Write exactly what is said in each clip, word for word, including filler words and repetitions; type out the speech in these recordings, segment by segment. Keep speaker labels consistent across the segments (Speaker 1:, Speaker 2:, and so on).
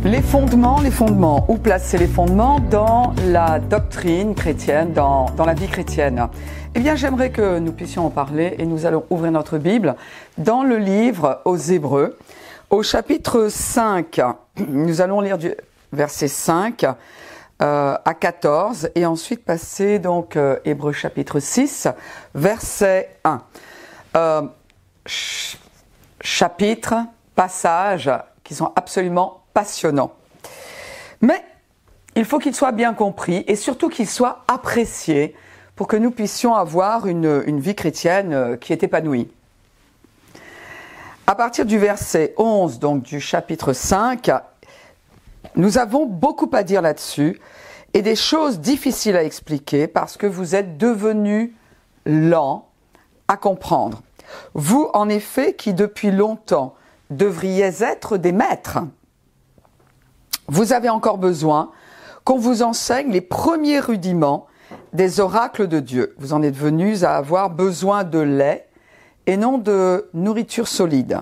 Speaker 1: Les fondements, les fondements. Où placer les fondements dans la doctrine chrétienne, dans, dans la vie chrétienne? Eh bien, j'aimerais que nous puissions en parler et nous allons ouvrir notre Bible dans le livre aux Hébreux, au chapitre cinq. Nous allons lire du verset cinq euh, à quatorze et ensuite passer donc euh, Hébreux chapitre six, verset un. Euh, ch- chapitre, passages qui sont absolument passionnants. Mais il faut qu'il soit bien compris et surtout qu'il soit apprécié pour que nous puissions avoir une, une vie chrétienne qui est épanouie. À partir du verset onze, donc du chapitre cinq, nous avons beaucoup à dire là-dessus et des choses difficiles à expliquer parce que vous êtes devenus lents à comprendre. Vous, en effet, qui depuis longtemps devriez être des maîtres, vous avez encore besoin qu'on vous enseigne les premiers rudiments des oracles de Dieu. Vous en êtes venus à avoir besoin de lait et non de nourriture solide.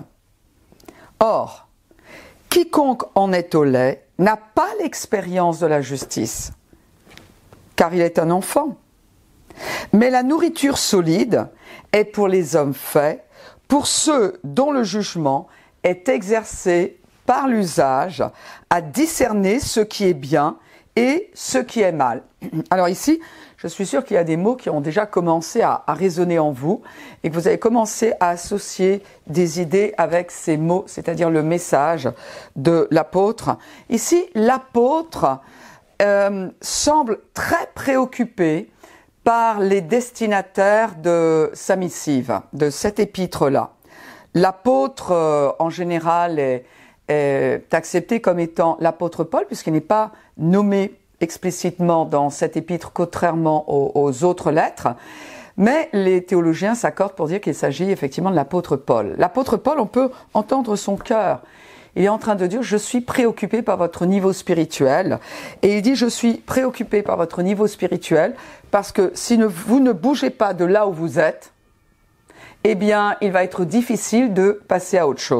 Speaker 1: Or, quiconque en est au lait n'a pas l'expérience de la justice, car il est un enfant. Mais la nourriture solide est pour les hommes faits, pour ceux dont le jugement est exercé par l'usage à discerner ce qui est bien et ce qui est mal. Alors ici, je suis sûre qu'il y a des mots qui ont déjà commencé à, à résonner en vous et que vous avez commencé à associer des idées avec ces mots, c'est-à-dire le message de l'apôtre. Ici, l'apôtre euh, semble très préoccupé par les destinataires de sa missive, de cette épître-là. L'apôtre, euh, en général, est, est accepté comme étant l'apôtre Paul, puisqu'il n'est pas nommé explicitement dans cette épître, contrairement aux, aux autres lettres. Mais les théologiens s'accordent pour dire qu'il s'agit effectivement de l'apôtre Paul. L'apôtre Paul, on peut entendre son cœur. Il est en train de dire « Je suis préoccupé par votre niveau spirituel ». Et il dit « Je suis préoccupé par votre niveau spirituel parce que si ne, vous ne bougez pas de là où vous êtes, eh bien, il va être difficile de passer à autre chose. »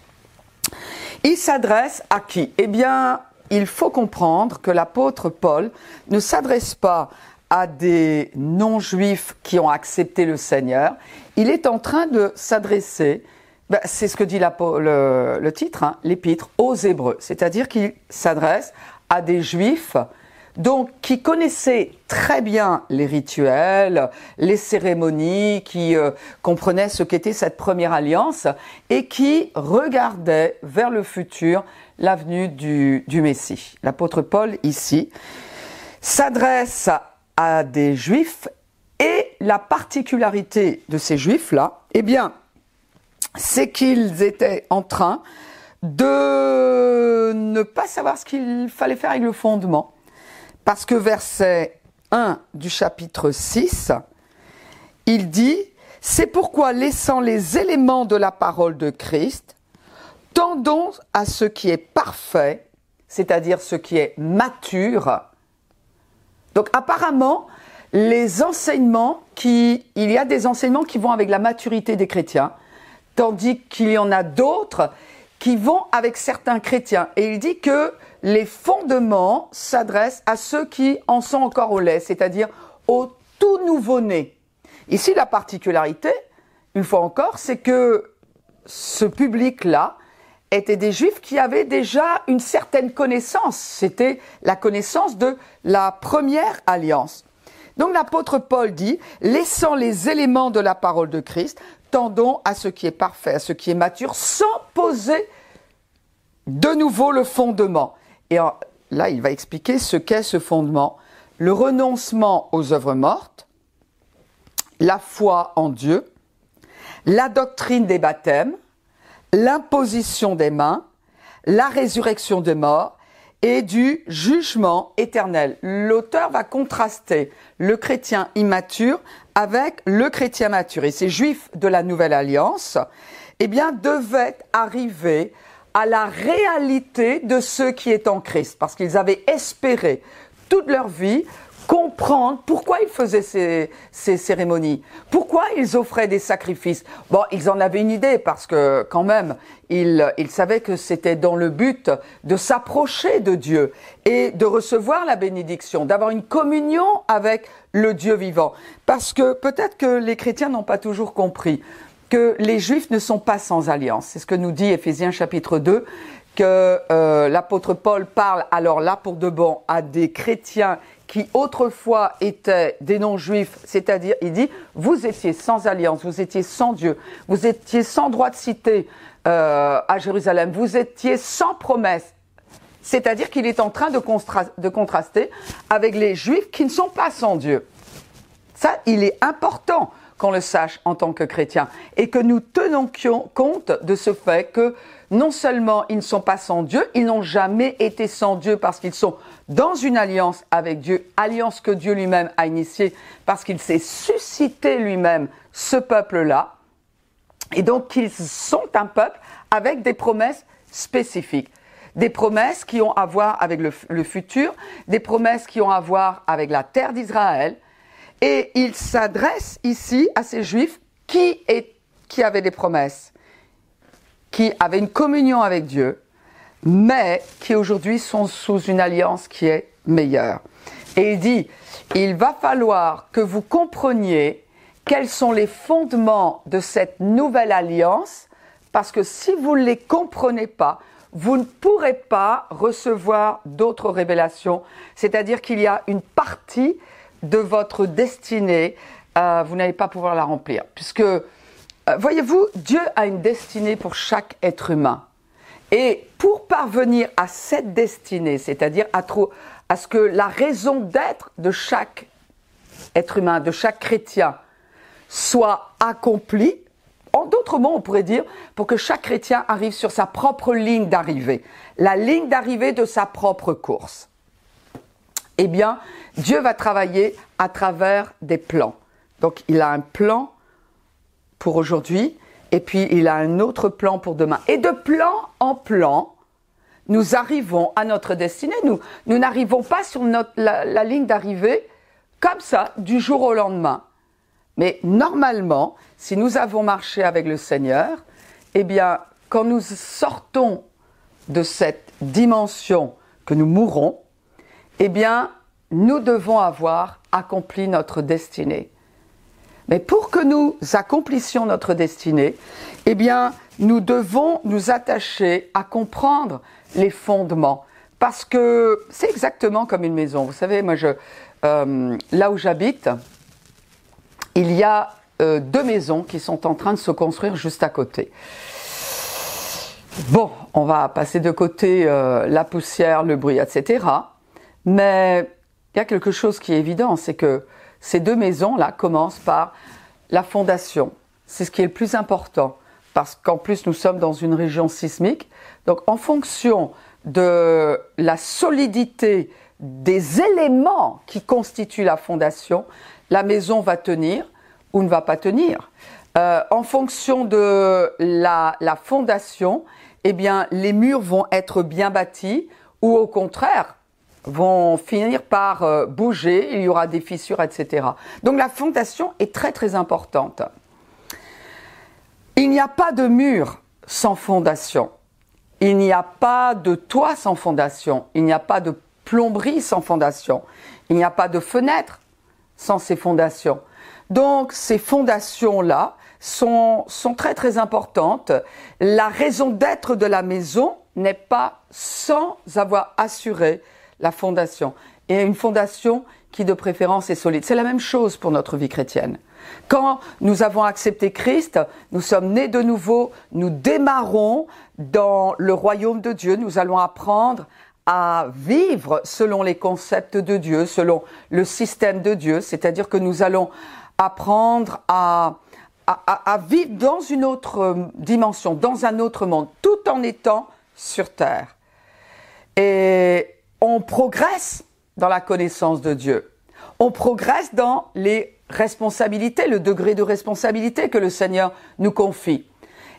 Speaker 1: Il s'adresse à qui? Eh bien, il faut comprendre que l'apôtre Paul ne s'adresse pas à des non-juifs qui ont accepté le Seigneur. Il est en train de s'adresser, ben, c'est ce que dit le, le titre, hein, l'épître aux Hébreux. C'est-à-dire qu'il s'adresse à des juifs donc qui connaissaient très bien les rituels, les cérémonies, qui euh, comprenaient ce qu'était cette première alliance et qui regardaient vers le futur, la venue du, du Messie. L'apôtre Paul, ici, s'adresse à, à des Juifs et la particularité de ces Juifs-là, eh bien, c'est qu'ils étaient en train de ne pas savoir ce qu'il fallait faire avec le fondement. Parce que verset un du chapitre six, il dit « C'est pourquoi, laissant les éléments de la parole de Christ, tendons à ce qui est parfait, c'est-à-dire ce qui est mature. » Donc apparemment, les enseignements qui, il y a des enseignements qui vont avec la maturité des chrétiens, tandis qu'il y en a d'autres qui vont avec certains chrétiens. Et il dit que les fondements s'adressent à ceux qui en sont encore au lait, c'est-à-dire aux tout nouveau-nés. Ici, la particularité, une fois encore, c'est que ce public-là était des Juifs qui avaient déjà une certaine connaissance. C'était la connaissance de la première alliance. Donc l'apôtre Paul dit, laissant les éléments de la parole de Christ, tendons à ce qui est parfait, à ce qui est mature, sans poser de nouveau le fondement. Et là, il va expliquer ce qu'est ce fondement. Le renoncement aux œuvres mortes, la foi en Dieu, la doctrine des baptêmes, l'imposition des mains, la résurrection des morts et du jugement éternel. L'auteur va contraster le chrétien immature avec le chrétien mature. Et ces juifs de la Nouvelle Alliance, eh bien, devaient arriver à la réalité de ce qui est en Christ, parce qu'ils avaient espéré toute leur vie comprendre pourquoi ils faisaient ces, ces cérémonies, pourquoi ils offraient des sacrifices. Bon, ils en avaient une idée parce que quand même, ils, ils savaient que c'était dans le but de s'approcher de Dieu et de recevoir la bénédiction, d'avoir une communion avec le Dieu vivant. Parce que peut-être que les chrétiens n'ont pas toujours compris que les Juifs ne sont pas sans alliance. C'est ce que nous dit Éphésiens chapitre deux, que euh, l'apôtre Paul parle alors là pour de bon à des chrétiens qui autrefois étaient des non-juifs, c'est-à-dire, il dit, vous étiez sans alliance, vous étiez sans Dieu, vous étiez sans droit de cité euh, à Jérusalem, vous étiez sans promesse. C'est-à-dire qu'il est en train de, constra- de contraster avec les juifs qui ne sont pas sans Dieu. Ça, il est important qu'on le sache en tant que chrétien et que nous tenons compte de ce fait que non seulement ils ne sont pas sans Dieu, ils n'ont jamais été sans Dieu parce qu'ils sont dans une alliance avec Dieu, alliance que Dieu lui-même a initiée parce qu'il s'est suscité lui-même ce peuple-là. Et donc ils sont un peuple avec des promesses spécifiques. Des promesses qui ont à voir avec le, le futur, des promesses qui ont à voir avec la terre d'Israël. Et il s'adresse ici à ces Juifs qui, est, qui avaient des promesses, qui avaient une communion avec Dieu, mais qui aujourd'hui sont sous une alliance qui est meilleure. Et il dit, il va falloir que vous compreniez quels sont les fondements de cette nouvelle alliance, parce que si vous ne les comprenez pas, vous ne pourrez pas recevoir d'autres révélations. C'est-à-dire qu'il y a une partie de votre destinée, euh, vous n'allez pas pouvoir la remplir. Puisque, euh, voyez-vous, Dieu a une destinée pour chaque être humain. Et pour parvenir à cette destinée, c'est-à-dire à, trop, à ce que la raison d'être de chaque être humain, de chaque chrétien, soit accomplie, en d'autres mots, on pourrait dire, pour que chaque chrétien arrive sur sa propre ligne d'arrivée, la ligne d'arrivée de sa propre course. Eh bien, Dieu va travailler à travers des plans. Donc, il a un plan pour aujourd'hui, et puis il a un autre plan pour demain. Et de plan en plan, nous arrivons à notre destinée. Nous, nous n'arrivons pas sur notre, la, la ligne d'arrivée comme ça, du jour au lendemain. Mais normalement, si nous avons marché avec le Seigneur, eh bien, quand nous sortons de cette dimension que nous mourrons, eh bien, nous devons avoir accompli notre destinée. Mais pour que nous accomplissions notre destinée, eh bien, nous devons nous attacher à comprendre les fondements. Parce que c'est exactement comme une maison. Vous savez, moi, je, euh, là où j'habite, il y a euh, deux maisons qui sont en train de se construire juste à côté. Bon, on va passer de côté euh, la poussière, le bruit, et cetera. Mais il y a quelque chose qui est évident, c'est que ces deux maisons-là commencent par la fondation. C'est ce qui est le plus important, parce qu'en plus nous sommes dans une région sismique. Donc en fonction de la solidité des éléments qui constituent la fondation, la maison va tenir ou ne va pas tenir. Euh, en fonction de la, la fondation, eh bien, les murs vont être bien bâtis ou au contraire, vont finir par euh, bouger, il y aura des fissures, et cetera. Donc la fondation est très très importante. Il n'y a pas de mur sans fondation. Il n'y a pas de toit sans fondation. Il n'y a pas de plomberie sans fondation. Il n'y a pas de fenêtre sans ces fondations. Donc ces fondations-là sont, sont très très importantes. La raison d'être de la maison n'est pas sans avoir assuré la fondation. Et une fondation qui de préférence est solide. C'est la même chose pour notre vie chrétienne. Quand nous avons accepté Christ, nous sommes nés de nouveau, nous démarrons dans le royaume de Dieu, nous allons apprendre à vivre selon les concepts de Dieu, selon le système de Dieu, c'est-à-dire que nous allons apprendre à, à, à, à vivre dans une autre dimension, dans un autre monde, tout en étant sur terre. Et on progresse dans la connaissance de Dieu. On progresse dans les responsabilités, le degré de responsabilité que le Seigneur nous confie.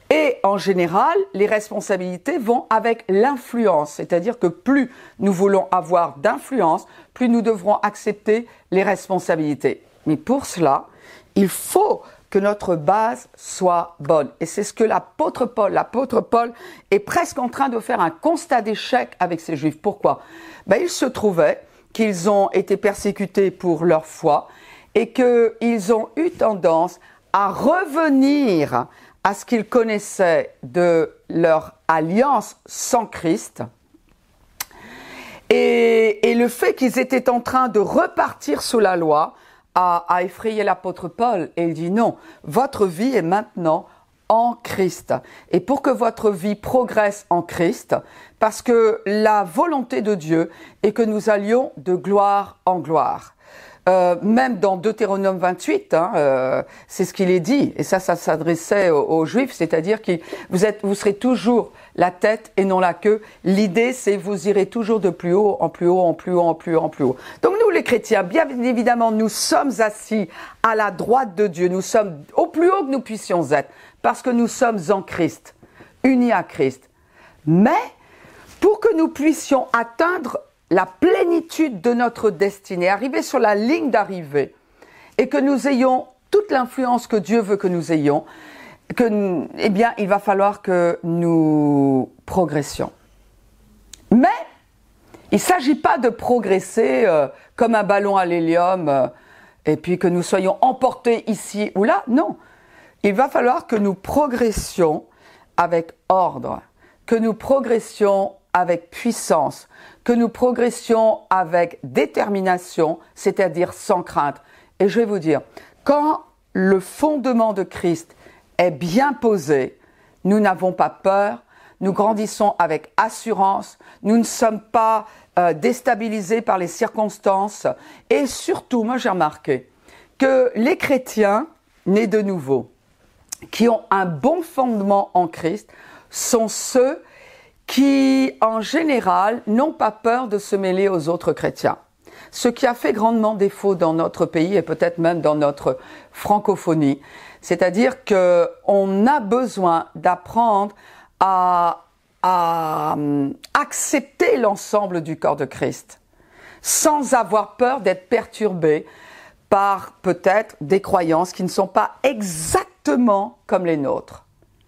Speaker 1: Et en général, les responsabilités vont avec l'influence, c'est-à-dire que plus nous voulons avoir d'influence, plus nous devrons accepter les responsabilités. Mais pour cela, il faut que notre base soit bonne. Et c'est ce que l'apôtre Paul, l'apôtre Paul est presque en train de faire un constat d'échec avec ces Juifs. Pourquoi? Ben, il se trouvait qu'ils ont été persécutés pour leur foi et qu'ils ont eu tendance à revenir à ce qu'ils connaissaient de leur alliance sans Christ. Et, et le fait qu'ils étaient en train de repartir sous la loi a, a effrayé l'apôtre Paul. Et il dit non, votre vie est maintenant en Christ. Et pour que votre vie progresse en Christ, parce que la volonté de Dieu est que nous allions de gloire en gloire. Euh, même dans Deutéronome vingt-huit, hein, euh, c'est ce qu'il est dit, et ça, ça s'adressait aux, aux Juifs, c'est-à-dire que vous êtes, vous serez toujours la tête et non la queue. L'idée, c'est vous irez toujours de plus haut, en plus haut, en plus haut, en plus haut, en plus haut. Donc nous, les chrétiens, bien évidemment, nous sommes assis à la droite de Dieu, nous sommes au plus haut que nous puissions être, parce que nous sommes en Christ, unis à Christ. Mais pour que nous puissions atteindre la plénitude de notre destinée, arriver sur la ligne d'arrivée, et que nous ayons toute l'influence que Dieu veut que nous ayons, que, eh bien, il va falloir que nous progressions. Mais, il ne s'agit pas de progresser euh, comme un ballon à l'hélium, euh, et puis que nous soyons emportés ici ou là. Non, il va falloir que nous progressions avec ordre, que nous progressions avec puissance, que nous progressions avec détermination, c'est-à-dire sans crainte. Et je vais vous dire, quand le fondement de Christ est bien posé, nous n'avons pas peur, nous grandissons avec assurance, nous ne sommes pas euh, déstabilisés par les circonstances. Et surtout, moi j'ai remarqué que les chrétiens nés de nouveau, qui ont un bon fondement en Christ, sont ceux qui, en général, n'ont pas peur de se mêler aux autres chrétiens. Ce qui a fait grandement défaut dans notre pays et peut-être même dans notre francophonie, c'est-à-dire qu'on a besoin d'apprendre à, à accepter l'ensemble du corps de Christ, sans avoir peur d'être perturbé par peut-être des croyances qui ne sont pas exactement comme les nôtres.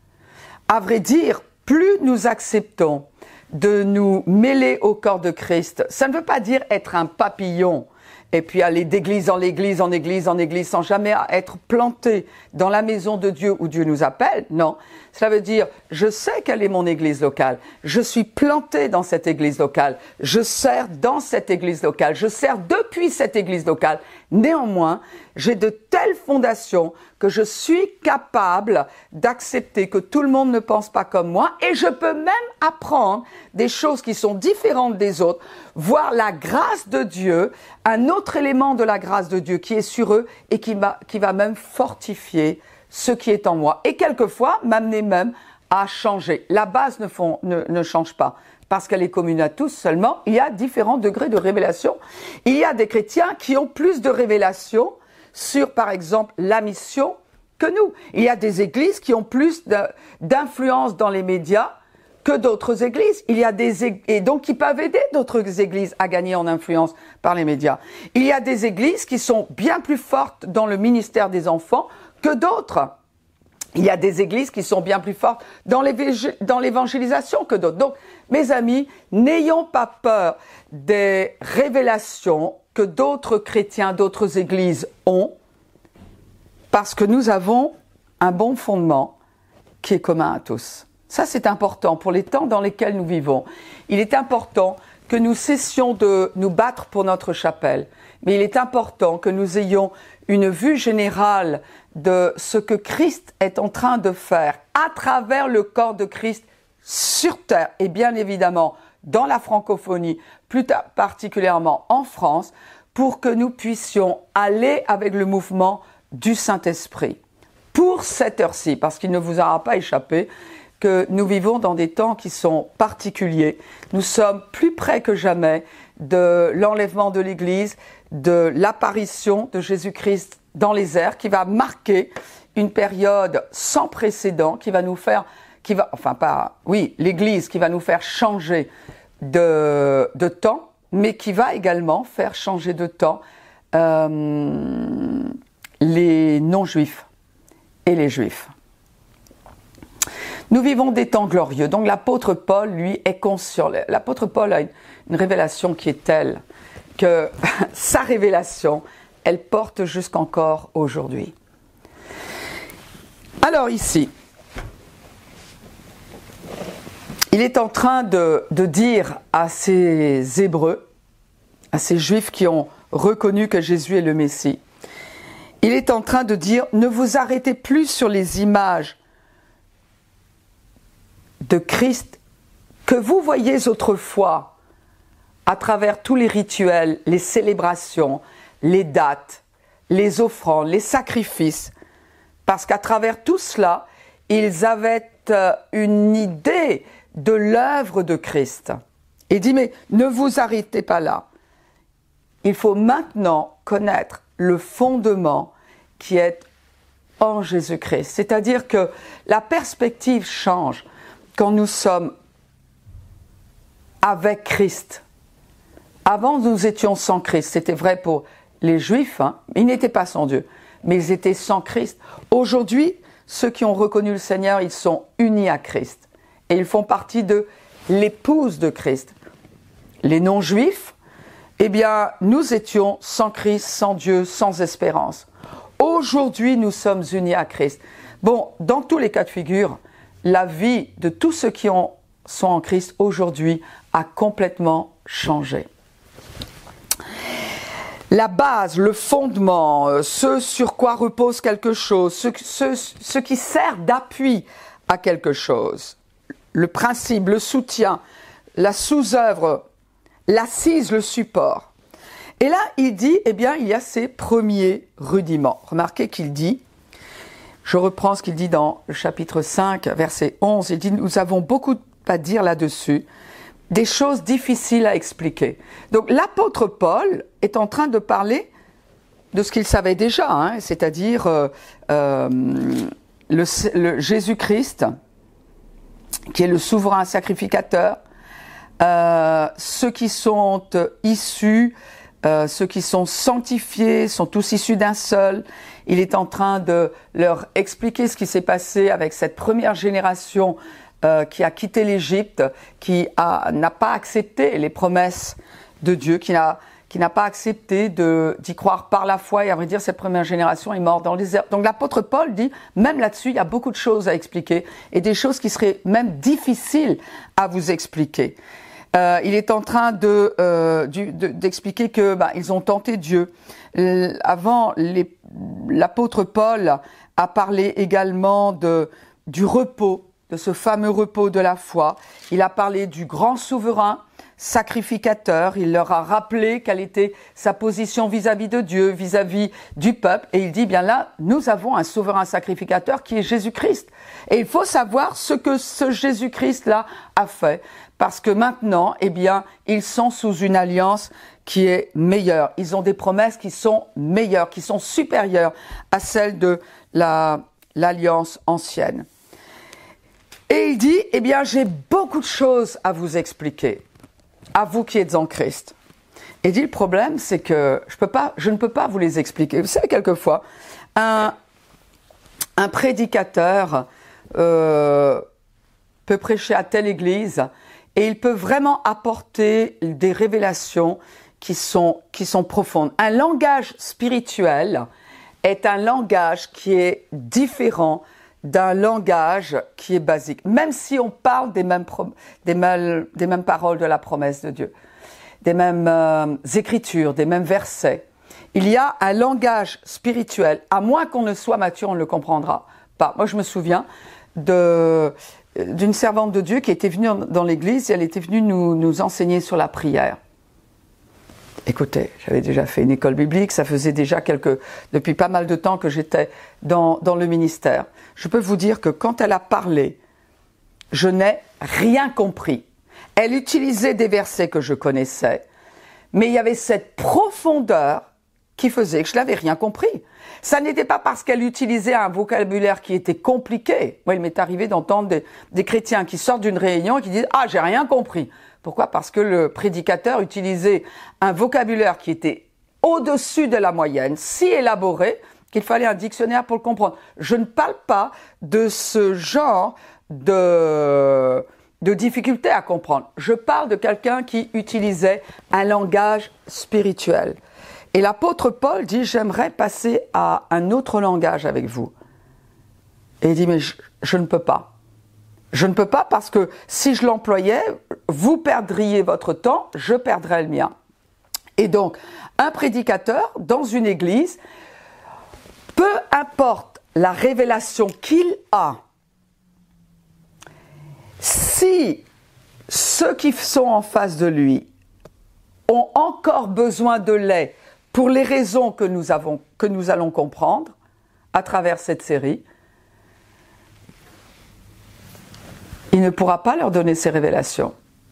Speaker 1: À vrai dire, plus nous acceptons de nous mêler au corps de Christ, ça ne veut pas dire être un papillon et puis aller d'église en église, en église, en église, sans jamais être planté dans la maison de Dieu où Dieu nous appelle. Non, cela veut dire, je sais quelle est mon église locale, je suis planté dans cette église locale, je sers dans cette église locale, je sers depuis cette église locale. Néanmoins, j'ai de telles fondations que je suis capable d'accepter que tout le monde ne pense pas comme moi et je peux même apprendre des choses qui sont différentes des autres, voir la grâce de Dieu, un autre élément de la grâce de Dieu qui est sur eux et qui va, qui va même fortifier ce qui est en moi. Et quelquefois, m'amener même à changer. La base ne, font, ne, ne change pas parce qu'elle est commune à tous, seulement il y a différents degrés de révélation. Il y a des chrétiens qui ont plus de révélation sur, par exemple, la mission que nous. Il y a des églises qui ont plus d'influence dans les médias que d'autres églises. Il y a des ég- et donc qui peuvent aider d'autres églises à gagner en influence par les médias. Il y a des églises qui sont bien plus fortes dans le ministère des enfants que d'autres. Il y a des églises qui sont bien plus fortes dans l'évangélisation que d'autres. Donc, mes amis, n'ayons pas peur des révélations que d'autres chrétiens, d'autres églises ont, parce que nous avons un bon fondement qui est commun à tous. Ça, c'est important pour les temps dans lesquels nous vivons. Il est important que nous cessions de nous battre pour notre chapelle, mais il est important que nous ayons une vue générale de ce que Christ est en train de faire à travers le corps de Christ sur terre et bien évidemment dans la francophonie, plus particulièrement en France, pour que nous puissions aller avec le mouvement du Saint-Esprit. Pour cette heure-ci, parce qu'il ne vous aura pas échappé que nous vivons dans des temps qui sont particuliers. Nous sommes plus près que jamais de l'enlèvement de l'Église, de l'apparition de Jésus-Christ dans les airs, qui va marquer une période sans précédent qui va nous faire, qui va, enfin pas, oui, l'Église qui va nous faire changer de, de temps, mais qui va également faire changer de temps euh, les non-juifs et les juifs. Nous vivons des temps glorieux. Donc l'apôtre Paul, lui, est conscient. L'apôtre Paul a une, une révélation qui est telle que sa révélation, elle porte jusqu'encore aujourd'hui. Alors ici, il est en train de, de dire à ces Hébreux, à ces Juifs qui ont reconnu que Jésus est le Messie, il est en train de dire, ne vous arrêtez plus sur les images de Christ que vous voyez autrefois à travers tous les rituels, les célébrations, les dates, les offrandes, les sacrifices, parce qu'à travers tout cela, ils avaient une idée de l'œuvre de Christ. Il dit, mais ne vous arrêtez pas là. Il faut maintenant connaître le fondement qui est en Jésus-Christ. C'est-à-dire que la perspective change quand nous sommes avec Christ. Avant, nous étions sans Christ. C'était vrai pour les Juifs, hein. Ils n'étaient pas sans Dieu, mais ils étaient sans Christ. Aujourd'hui, ceux qui ont reconnu le Seigneur, ils sont unis à Christ. Et ils font partie de l'épouse de Christ. Les non-Juifs, eh bien, nous étions sans Christ, sans Dieu, sans espérance. Aujourd'hui, nous sommes unis à Christ. Bon, dans tous les cas de figure, la vie de tous ceux qui ont, sont en Christ aujourd'hui a complètement changé. La base, le fondement, ce sur quoi repose quelque chose, ce, ce, ce qui sert d'appui à quelque chose, le principe, le soutien, la sous-œuvre, l'assise, le support. Et là, il dit, eh bien, il y a ces premiers rudiments. Remarquez qu'il dit, je reprends ce qu'il dit dans le chapitre cinq, verset onze, il dit, nous avons beaucoup à dire là-dessus, des choses difficiles à expliquer. Donc l'apôtre Paul est en train de parler de ce qu'il savait déjà, hein, c'est-à-dire euh, euh, le, le Jésus-Christ, qui est le souverain sacrificateur, euh, ceux qui sont issus, euh, ceux qui sont sanctifiés, sont tous issus d'un seul. Il est en train de leur expliquer ce qui s'est passé avec cette première génération euh, qui a quitté l'Égypte, qui a, n'a pas accepté les promesses de Dieu, qui n'a, qui n'a pas accepté de, d'y croire par la foi. Et à vrai dire, cette première génération est morte dans le désert. Donc l'apôtre Paul dit, même là-dessus, il y a beaucoup de choses à expliquer et des choses qui seraient même difficiles à vous expliquer. Euh, il est en train de, euh, du, de, d'expliquer que bah, ils ont tenté Dieu. Euh, avant, les, l'apôtre Paul a parlé également de, du repos, de ce fameux repos de la foi. Il a parlé du grand souverain sacrificateur. Il leur a rappelé quelle était sa position vis-à-vis de Dieu, vis-à-vis du peuple. Et il dit, bien là, nous avons un souverain sacrificateur qui est Jésus-Christ. Et il faut savoir ce que ce Jésus-Christ-là a fait. Parce que maintenant, eh bien, ils sont sous une alliance qui est meilleure. Ils ont des promesses qui sont meilleures, qui sont supérieures à celles de la, l'alliance ancienne. Et il dit, eh bien, j'ai beaucoup de choses à vous expliquer, à vous qui êtes en Christ. Et il dit, le problème, c'est que je peux pas, je ne peux pas vous les expliquer. Vous savez, quelquefois, un, un prédicateur euh, peut prêcher à telle église et il peut vraiment apporter des révélations qui sont, qui sont profondes. Un langage spirituel est un langage qui est différent d'un langage qui est basique, même si on parle des mêmes, des mêmes, des mêmes paroles de la promesse de Dieu, des mêmes euh, écritures, des mêmes versets. Il y a un langage spirituel, à moins qu'on ne soit mature, on ne le comprendra pas. Moi, je me souviens de, d'une servante de Dieu qui était venue dans l'église et elle était venue nous, nous enseigner sur la prière. Écoutez, j'avais déjà fait une école biblique, ça faisait déjà quelques, depuis pas mal de temps que j'étais dans, dans le ministère. Je peux vous dire que quand elle a parlé, je n'ai rien compris. Elle utilisait des versets que je connaissais, mais il y avait cette profondeur qui faisait que je n'avais rien compris. Ça n'était pas parce qu'elle utilisait un vocabulaire qui était compliqué. Moi, il m'est arrivé d'entendre des, des chrétiens qui sortent d'une réunion et qui disent « Ah, j'ai rien compris ». Pourquoi? Parce que le prédicateur utilisait un vocabulaire qui était au-dessus de la moyenne, si élaboré, qu'il fallait un dictionnaire pour le comprendre. Je ne parle pas de ce genre de, de difficulté à comprendre. Je parle de quelqu'un qui utilisait un langage spirituel. Et l'apôtre Paul dit, j'aimerais passer à un autre langage avec vous. Et il dit, mais je, je ne peux pas. Je ne peux pas parce que si je l'employais, vous perdriez votre temps, je perdrais le mien. Et donc, un prédicateur dans une église, peu importe la révélation qu'il a, si ceux qui sont en face de lui ont encore besoin de lait pour les raisons que nous avons, que nous allons comprendre à travers cette série, il ne pourra pas leur donner ces révélations.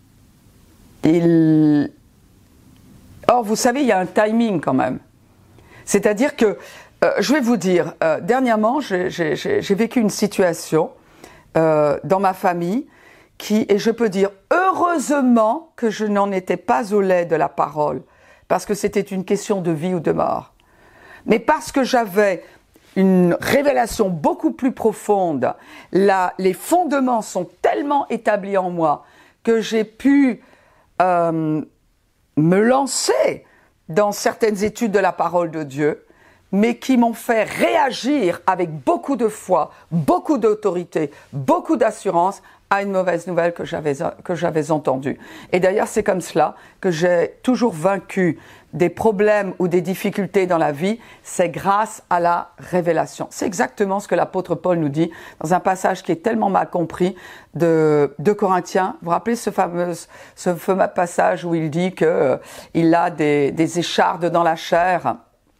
Speaker 1: Il... Or, vous savez, il y a un timing quand même. C'est-à-dire que, euh, je vais vous dire, euh, dernièrement, j'ai, j'ai, j'ai vécu une situation euh, dans ma famille qui, et je peux dire, heureusement que je n'en étais pas au lait de la parole, parce que c'était une question de vie ou de mort. Mais parce que j'avais une révélation beaucoup plus profonde, la, les fondements sont tellement établis en moi que j'ai pu euh, me lancer dans certaines études de la parole de Dieu, mais qui m'ont fait réagir avec beaucoup de foi, beaucoup d'autorité, beaucoup d'assurance à une mauvaise nouvelle que j'avais, que j'avais entendue. Et d'ailleurs, c'est comme cela que j'ai toujours vaincu des problèmes ou des difficultés dans la vie, c'est grâce à la révélation. C'est exactement ce que l'apôtre Paul nous dit dans un passage qui est tellement mal compris de, de Corinthiens. Vous vous rappelez ce fameux, ce fameux passage où il dit que euh, il a des, des échardes dans la chair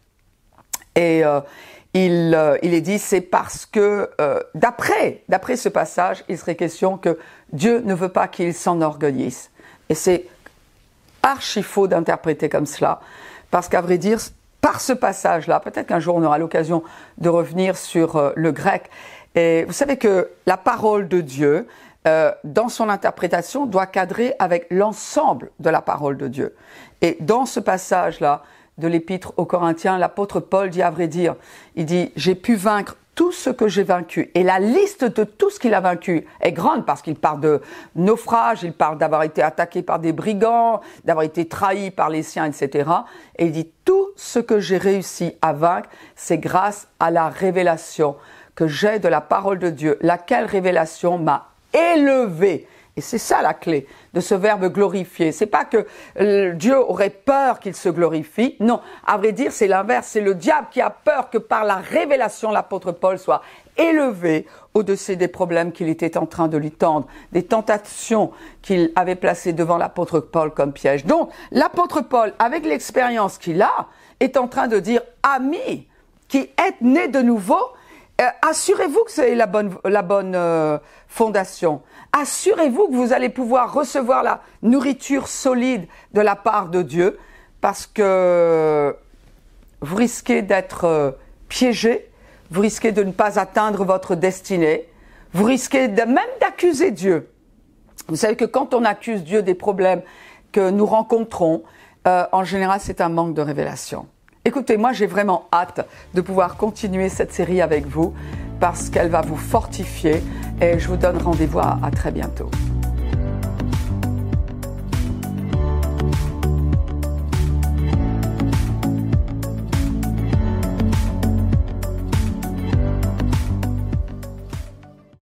Speaker 1: et euh, il, euh, il est dit c'est parce que euh, d'après, d'après ce passage, il serait question que Dieu ne veut pas qu'il s'enorgueillisse. Et c'est archi faux d'interpréter comme cela, parce qu'à vrai dire, par ce passage-là, peut-être qu'un jour on aura l'occasion de revenir sur euh, le grec, et vous savez que la parole de Dieu, euh, dans son interprétation, doit cadrer avec l'ensemble de la parole de Dieu. Et dans ce passage-là de l'épître aux Corinthiens, l'apôtre Paul dit à vrai dire, il dit « j'ai pu vaincre tout ce que j'ai vaincu ». Et la liste de tout ce qu'il a vaincu est grande parce qu'il parle de naufrage, il parle d'avoir été attaqué par des brigands, d'avoir été trahi par les siens, et cetera. Et il dit tout ce que j'ai réussi à vaincre, c'est grâce à la révélation que j'ai de la parole de Dieu, laquelle révélation m'a élevé. Et c'est ça la clé de ce verbe glorifier. C'est pas que euh, Dieu aurait peur qu'il se glorifie. Non, à vrai dire, c'est l'inverse. C'est le diable qui a peur que par la révélation, l'apôtre Paul soit élevé au-dessus des problèmes qu'il était en train de lui tendre, des tentations qu'il avait placées devant l'apôtre Paul comme piège. Donc, l'apôtre Paul, avec l'expérience qu'il a, est en train de dire, amis qui êtes nés de nouveau, Euh, assurez-vous que c'est la bonne, la bonne euh, fondation. Assurez-vous que vous allez pouvoir recevoir la nourriture solide de la part de Dieu, parce que vous risquez d'être euh, piégé, vous risquez de ne pas atteindre votre destinée, vous risquez de, même d'accuser Dieu. Vous savez que quand on accuse Dieu des problèmes que nous rencontrons, euh, en général c'est un manque de révélation. Écoutez, moi j'ai vraiment hâte de pouvoir continuer cette série avec vous parce qu'elle va vous fortifier et je vous donne rendez-vous à, à très bientôt.